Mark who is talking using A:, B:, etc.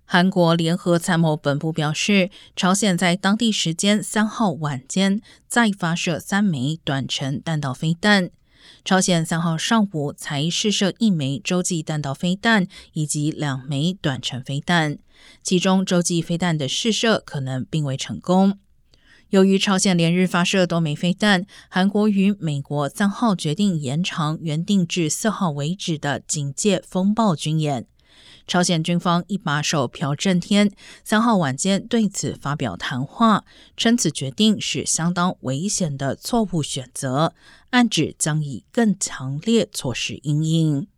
A: 韩国联合参谋本部表示，朝鲜在当地时间3号晚间再发射3枚短程弹道飞弹。朝鲜3号上午才试射1枚洲际弹道飞弹以及2枚短程飞弹，其中洲际飞弹的试射可能并未成功。由于朝鲜连日发射多枚飞弹，韩国与美国3号决定延长原定至4号为止的警戒风暴军演。朝鲜军方一把手朴正天3号晚间对此发表谈话，称此决定是相当危险的错误选择，暗指将以更强烈措施因应。